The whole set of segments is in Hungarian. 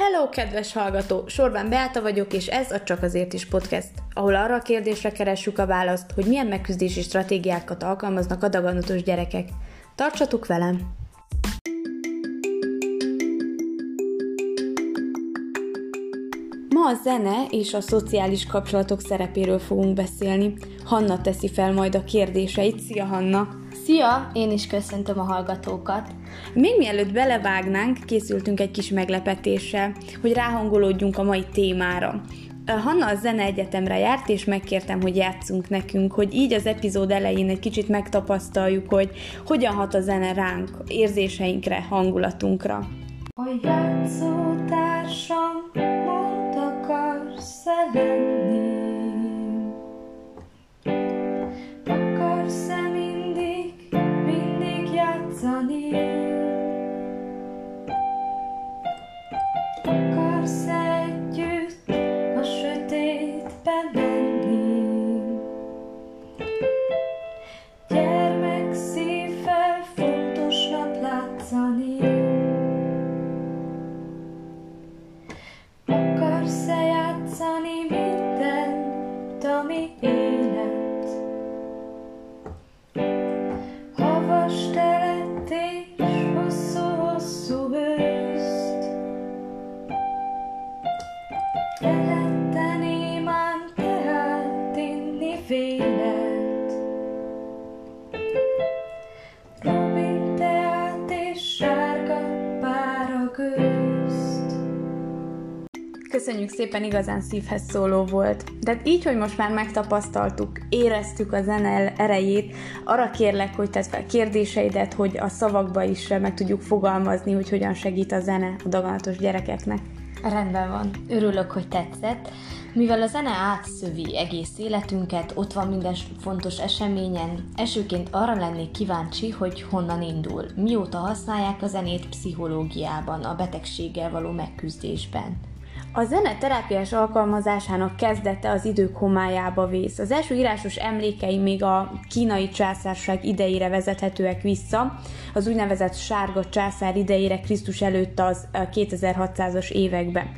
Hello, kedves hallgató! Sorban Beáta vagyok, és ez a Csak azért is podcast, ahol arra a kérdésre keressük a választ, hogy milyen megküzdési stratégiákat alkalmaznak a daganatos gyerekek. Tartsatok velem! Ma a zene és a szociális kapcsolatok szerepéről fogunk beszélni. Hanna teszi fel majd a kérdéseit. Szia, Hanna! Szia! Én is köszöntöm a hallgatókat! Még mielőtt belevágnánk, készültünk egy kis meglepetéssel, hogy ráhangolódjunk a mai témára. Hanna a zene egyetemre járt, és megkértem, hogy játszunk nekünk, hogy így az epizód elején egy kicsit megtapasztaljuk, hogy hogyan hat a zene ránk, érzéseinkre, hangulatunkra. A játszótársam, mondd, akarsz-e lenni? Akarsz-e mindig játszani? Akarsz-e együtt a sötétben lenni? Gyermek szívvel fontosnak látszani. Akarsz-e játszani mindent, ami élet? Havas telet és hosszú-hosszú őszt. Tehette némán tehát inni vélet. Rubin teát és sárga pára gőzt. Köszönjük szépen, igazán szívhez szóló volt. De így, hogy most már megtapasztaltuk, éreztük a zene erejét, arra kérlek, hogy tedd fel kérdéseidet, hogy a szavakba is meg tudjuk fogalmazni, hogy hogyan segít a zene a daganatos gyerekeknek. Rendben van, örülök, hogy tetszett. Mivel a zene átszövi egész életünket, ott van minden fontos eseményen, elsőként arra lennék kíváncsi, hogy honnan indul. Mióta használják a zenét pszichológiában, a betegséggel való megküzdésben? A zene terápiás alkalmazásának kezdete az idők homályába vész. Az első írásos emlékei még a kínai császárság idejére vezethetőek vissza, az úgynevezett sárga császár idejére, Krisztus előtt az 2600-as években.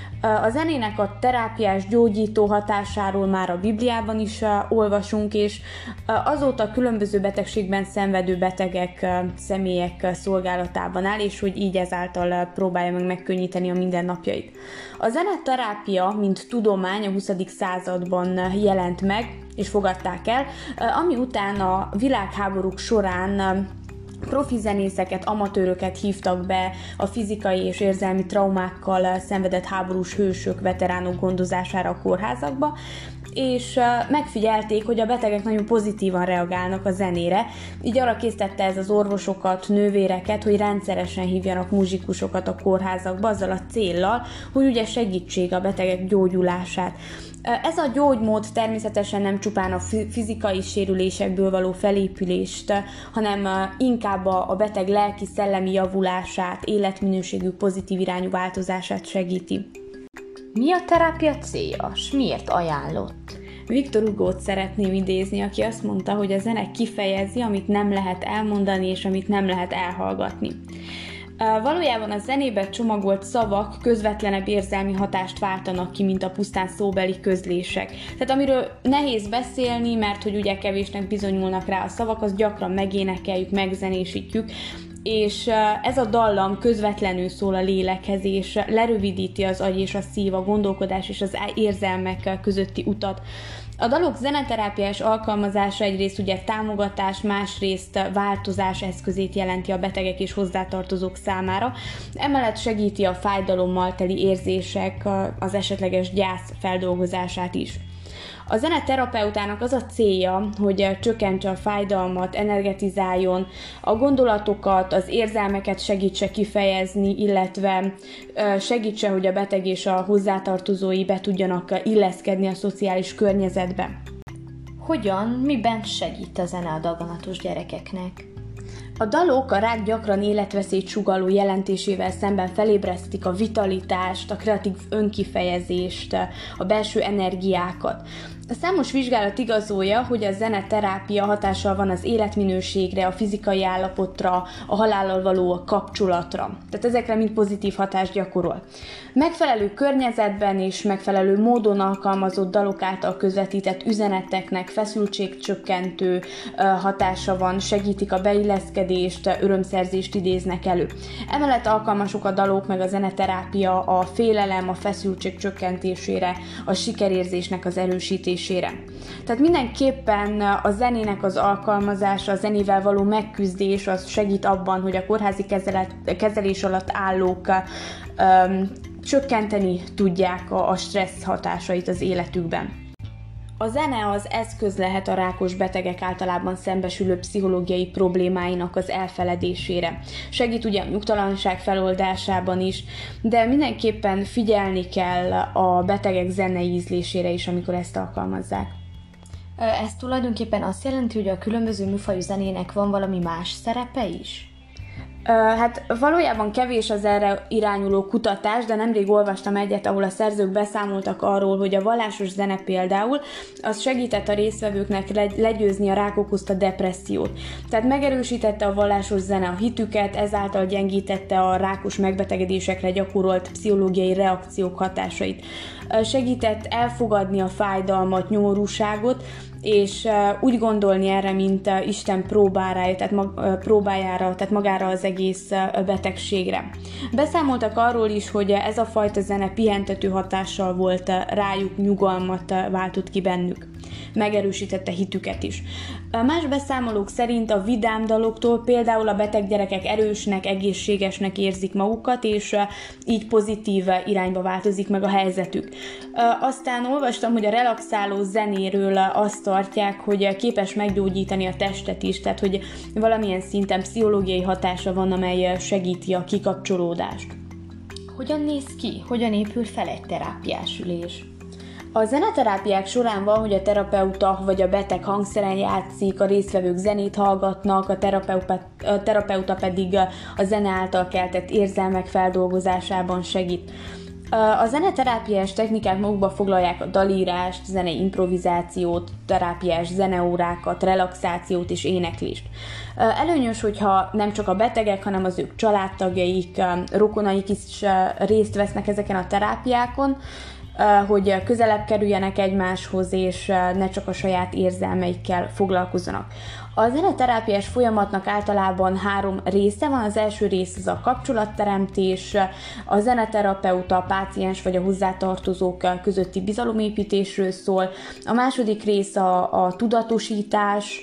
A zenének a terápiás, gyógyító hatásáról már a Bibliában is olvasunk, és azóta különböző betegségben szenvedő betegek, személyek szolgálatában áll, és hogy így ezáltal próbálja meg megkönnyíteni a mindennapjait. A zeneterápia, mint tudomány a 20. században jelent meg, és fogadták el, ami után a világháborúk során profi zenészeket, amatőröket hívtak be a fizikai és érzelmi traumákkal szenvedett háborús hősök, veteránok gondozására a kórházakba, és megfigyelték, hogy a betegek nagyon pozitívan reagálnak a zenére, így arra késztette ez az orvosokat, nővéreket, hogy rendszeresen hívjanak muzsikusokat a kórházakba, azzal a céllal, hogy ugye segítsék a betegek gyógyulását. Ez a gyógymód természetesen nem csupán a fizikai sérülésekből való felépülést, hanem inkább a beteg lelki-szellemi javulását, életminőségű pozitív irányú változását segíti. Mi a terápia célja, s miért ajánlott? Victor Hugót szeretném idézni, aki azt mondta, hogy a zene kifejezi, amit nem lehet elmondani, és amit nem lehet elhallgatni. Valójában a zenébe csomagolt szavak közvetlenebb érzelmi hatást váltanak ki, mint a pusztán szóbeli közlések. Tehát amiről nehéz beszélni, mert hogy ugye kevésnek bizonyulnak rá a szavak, azt gyakran megénekeljük, megzenésítjük, és ez a dallam közvetlenül szól a lélekhez, és lerövidíti az agy és a szív, a gondolkodás és az érzelmek közötti utat. A dalok zeneterápiás alkalmazása egyrészt ugye támogatás, másrészt változás eszközét jelenti a betegek és hozzátartozók számára. Emellett segíti a fájdalommal teli érzések, az esetleges gyász feldolgozását is. A zeneterapeutának az a célja, hogy csökkentse a fájdalmat, energetizáljon, a gondolatokat, az érzelmeket segítse kifejezni, illetve segítse, hogy a beteg és a hozzátartozói be tudjanak illeszkedni a szociális környezetbe. Hogyan, miben segít a zene a daganatos gyerekeknek? A dalok a rák gyakran életveszélyt sugalló jelentésével szemben felébresztik a vitalitást, a kreatív önkifejezést, a belső energiákat. A számos vizsgálat igazolja, hogy a zeneterápia hatással van az életminőségre, a fizikai állapotra, a halállal való kapcsolatra. Tehát ezekre mind pozitív hatást gyakorol. Megfelelő környezetben és megfelelő módon alkalmazott dalok által közvetített üzeneteknek feszültségcsökkentő hatása van, segítik a beilleszkedést, örömszerzést idéznek elő. Emellett alkalmasok a dalok meg a zeneterápia a félelem, a feszültség csökkentésére, a sikerérzésnek az erősítésére. Tehát mindenképpen a zenének az alkalmazása, a zenével való megküzdés az segít abban, hogy a kórházi kezelés alatt állók csökkenteni tudják a stressz hatásait az életükben. A zene az eszköz lehet a rákos betegek általában szembesülő pszichológiai problémáinak az elfeledésére. Segít ugye a nyugtalanság feloldásában is, de mindenképpen figyelni kell a betegek zenei ízlésére is, amikor ezt alkalmazzák. Ez tulajdonképpen azt jelenti, hogy a különböző műfajú zenének van valami más szerepe is? Hát valójában kevés az erre irányuló kutatás, de nemrég olvastam egyet, ahol a szerzők beszámoltak arról, hogy a vallásos zene például az segített a résztvevőknek legyőzni a rák okozta depressziót. Tehát megerősítette a vallásos zene a hitüket, ezáltal gyengítette a rákos megbetegedésekre gyakorolt pszichológiai reakciók hatásait. Segített elfogadni a fájdalmat, nyomorúságot, és úgy gondolni erre, mint Isten próbájára, tehát magára az egész betegségre. Beszámoltak arról is, hogy ez a fajta zene pihentető hatással volt rájuk, nyugalmat váltott ki bennük. Megerősítette hitüket is. Más beszámolók szerint a vidám daloktól például a beteg gyerekek erősnek, egészségesnek érzik magukat, és így pozitív irányba változik meg a helyzetük. Aztán olvastam, hogy a relaxáló zenéről azt tartják, hogy képes meggyógyítani a testet is, tehát hogy valamilyen szinten pszichológiai hatása van, amely segíti a kikapcsolódást. Hogyan néz ki? Hogyan épül fel egy terápiás ülés? A zeneterápiák során van, hogy a terapeuta vagy a beteg hangszeren játszik, a résztvevők zenét hallgatnak, a terapeuta pedig a zene által keltett érzelmek feldolgozásában segít. A zeneterápiás technikák magukba foglalják a dalírást, zenei improvizációt, terápiás zeneórákat, relaxációt és éneklést. Előnyös, hogyha nem csak a betegek, hanem az ők családtagjaik, rokonaik is részt vesznek ezeken a terápiákon, hogy közelebb kerüljenek egymáshoz, és ne csak a saját érzelmeikkel foglalkozzanak. A zeneterápiás folyamatnak általában 3 része van. Az első rész az a kapcsolatteremtés, a zeneterapeuta, a páciens vagy a hozzátartozók közötti bizalomépítésről szól. A második rész a tudatosítás,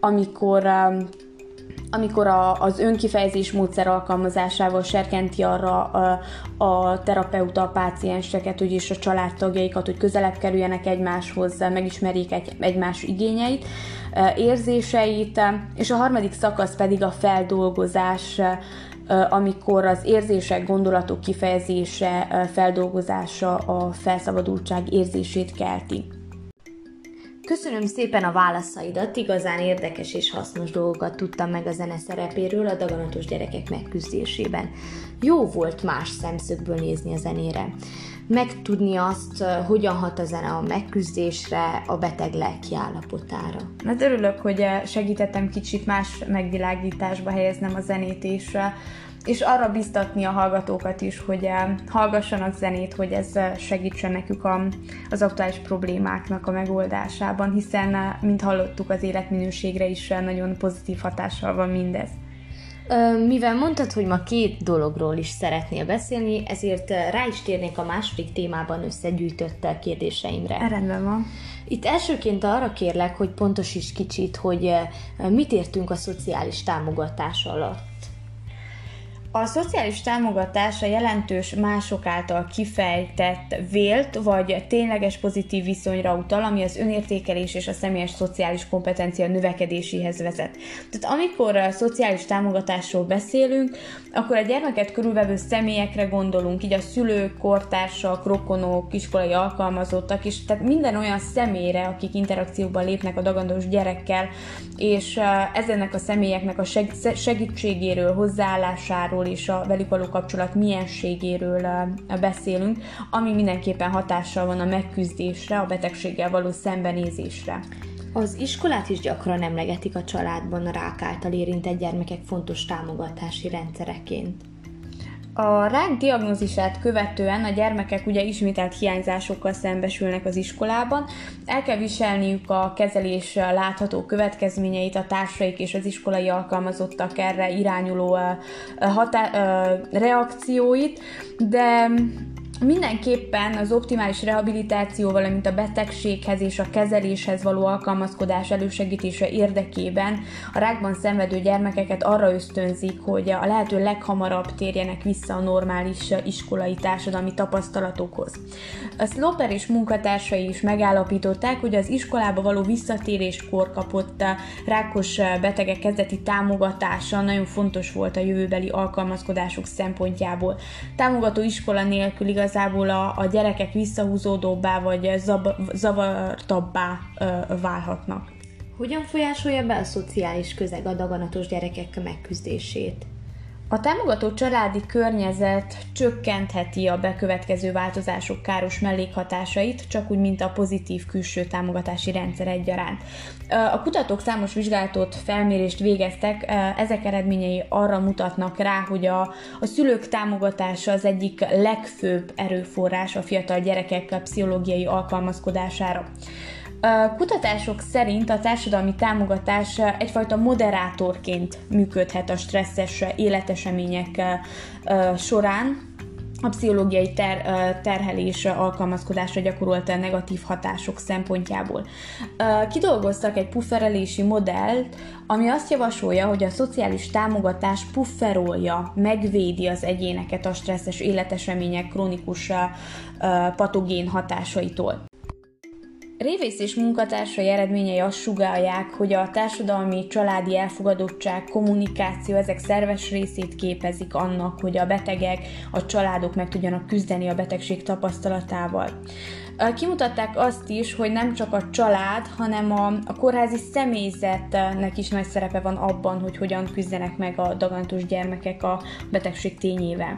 amikor az önkifejezés módszer alkalmazásával serkenti arra a terapeuta a pácienseket, és a családtagjaikat, hogy közelebb kerüljenek egymáshoz, megismerjék egymás igényeit, érzéseit, és a harmadik szakasz pedig a feldolgozás, amikor az érzések, gondolatok kifejezése, feldolgozása a felszabadultság érzését kelti. Köszönöm szépen a válaszaidat, igazán érdekes és hasznos dolgokat tudtam meg a zene szerepéről a daganatos gyerekek megküzdésében. Jó volt más szemszögből nézni a zenére. Megtudni azt, hogyan hat a zene a megküzdésre, a beteg lelki állapotára. Hát örülök, hogy segítettem kicsit más megvilágításba helyeznem a zenét, és arra biztatni a hallgatókat is, hogy hallgassanak zenét, hogy ez segítsen nekük az aktuális problémáknak a megoldásában, hiszen, mint hallottuk, az életminőségre is nagyon pozitív hatással van mindez. Mivel mondtad, hogy ma 2 dologról is szeretnél beszélni, ezért rá is térnék a második témában összegyűjtött kérdéseimre. Rendben van. Itt elsőként arra kérlek, hogy pontosíts kicsit, hogy mit értünk a szociális támogatás alatt. A szociális támogatás a jelentős mások által kifejtett vélt vagy tényleges pozitív viszonyra utal, ami az önértékelés és a személyes szociális kompetencia növekedéséhez vezet. Tehát amikor a szociális támogatásról beszélünk, akkor a gyermeket körülvevő személyekre gondolunk, így a szülők, kortársak, rokonok, iskolai alkalmazottak is, tehát minden olyan személyre, akik interakcióban lépnek a daganatos gyerekkel, és ezennek a személyeknek a segítségéről, hozzáállásáról, hatásáról és a velük való kapcsolat mienségéről beszélünk, ami mindenképpen hatással van a megküzdésre, a betegséggel való szembenézésre. Az iskolát is gyakran emlegetik a családban a rák által érintett gyermekek fontos támogatási rendszereként. A rák diagnózisát követően a gyermekek ugye ismételt hiányzásokkal szembesülnek az iskolában, el kell viselniük a kezelés látható következményeit, a társaik és az iskolai alkalmazottak erre irányuló reakcióit, de mindenképpen az optimális rehabilitáció, valamint a betegséghez és a kezeléshez való alkalmazkodás elősegítése érdekében a rákban szenvedő gyermekeket arra ösztönzik, hogy a lehető leghamarabb térjenek vissza a normális iskolai társadalmi tapasztalatokhoz. A Sloper és munkatársai is megállapították, hogy az iskolába való visszatéréskor kapott rákos betegek kezdeti támogatása nagyon fontos volt a jövőbeli alkalmazkodásuk szempontjából. Támogató iskola nélkül igazából a gyerekek visszahúzódóbbá vagy zavartabbá válhatnak. Hogyan folyásolja be a szociális közeg a daganatos gyerekek megküzdését? A támogató családi környezet csökkentheti a bekövetkező változások káros mellékhatásait, csak úgy, mint a pozitív külső támogatási rendszer egyaránt. A kutatók számos vizsgálatot, felmérést végeztek, ezek eredményei arra mutatnak rá, hogy a szülők támogatása az egyik legfőbb erőforrás a fiatal gyerekek pszichológiai alkalmazkodására. Kutatások szerint a társadalmi támogatás egyfajta moderátorként működhet a stresszes életesemények során, a pszichológiai terhelés alkalmazkodásra gyakorolt negatív hatások szempontjából. Kidolgoztak egy pufferelési modellt, ami azt javasolja, hogy a szociális támogatás pufferolja, megvédi az egyéneket a stresszes életesemények krónikus patogén hatásaitól. Révész és munkatársai eredményei azt sugallják, hogy a társadalmi családi elfogadottság, kommunikáció ezek szerves részét képezik annak, hogy a betegek, a családok meg tudjanak küzdeni a betegség tapasztalatával. Kimutatták azt is, hogy nem csak a család, hanem a kórházi személyzetnek is nagy szerepe van abban, hogy hogyan küzdenek meg a daganatos gyermekek a betegség tényével.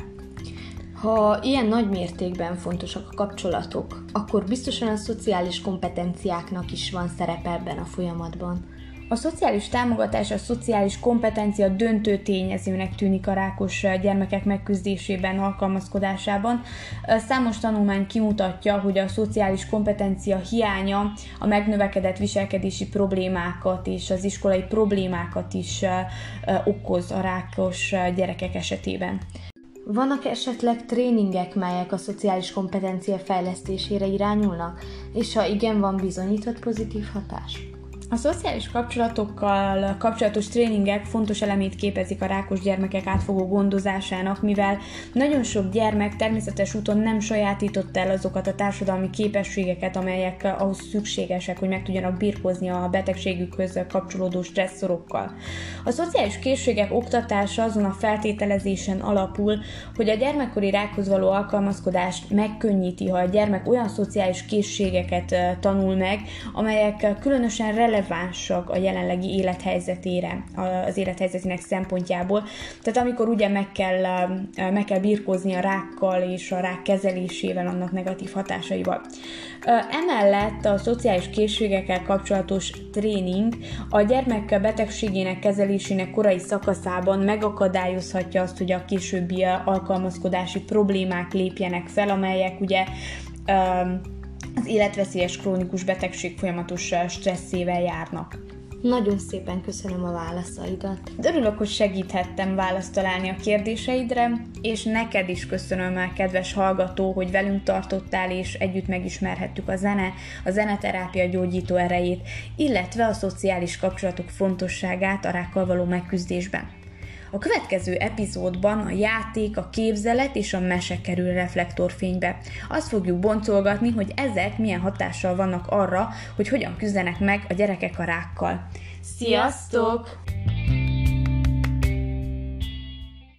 Ha ilyen nagy mértékben fontosak a kapcsolatok, akkor biztosan a szociális kompetenciáknak is van szerepe ebben a folyamatban. A szociális támogatás, a szociális kompetencia döntő tényezőnek tűnik a rákos gyermekek megküzdésében, alkalmazkodásában. Számos tanulmány kimutatja, hogy a szociális kompetencia hiánya a megnövekedett viselkedési problémákat és az iskolai problémákat is okoz a rákos gyerekek esetében. Vannak esetleg tréningek, melyek a szociális kompetencia fejlesztésére irányulnak, és ha igen, van bizonyított pozitív hatás? A szociális kapcsolatokkal kapcsolatos tréningek fontos elemét képezik a rákos gyermekek átfogó gondozásának, mivel nagyon sok gyermek természetes úton nem sajátította el azokat a társadalmi képességeket, amelyek ahhoz szükségesek, hogy meg tudjanak birkózni a betegségükhöz kapcsolódó stresszorokkal. A szociális készségek oktatása azon a feltételezésen alapul, hogy a gyermekkori rákhoz való alkalmazkodást megkönnyíti, ha a gyermek olyan szociális készségeket tanul meg, amelyek különösen relevánsak a jelenlegi élethelyzetére, az élethelyzetének szempontjából. Tehát amikor ugye meg kell birkózni a rákkal és a rák kezelésével, annak negatív hatásaival. Emellett a szociális készségekkel kapcsolatos tréning a gyermek betegségének kezelésének korai szakaszában megakadályozhatja azt, hogy a későbbi alkalmazkodási problémák lépjenek fel, amelyek ugye az életveszélyes krónikus betegség folyamatos stresszével járnak. Nagyon szépen köszönöm a válaszaidat. Örülök, hogy segíthettem választ találni a kérdéseidre, és neked is köszönöm, kedves hallgató, hogy velünk tartottál, és együtt megismerhettük a zeneterápia gyógyító erejét, illetve a szociális kapcsolatok fontosságát a rákkal való megküzdésben. A következő epizódban a játék, a képzelet és a mese kerül reflektorfénybe. Azt fogjuk boncolgatni, hogy ezek milyen hatással vannak arra, hogy hogyan küzdenek meg a gyerekek a rákkal. Sziasztok!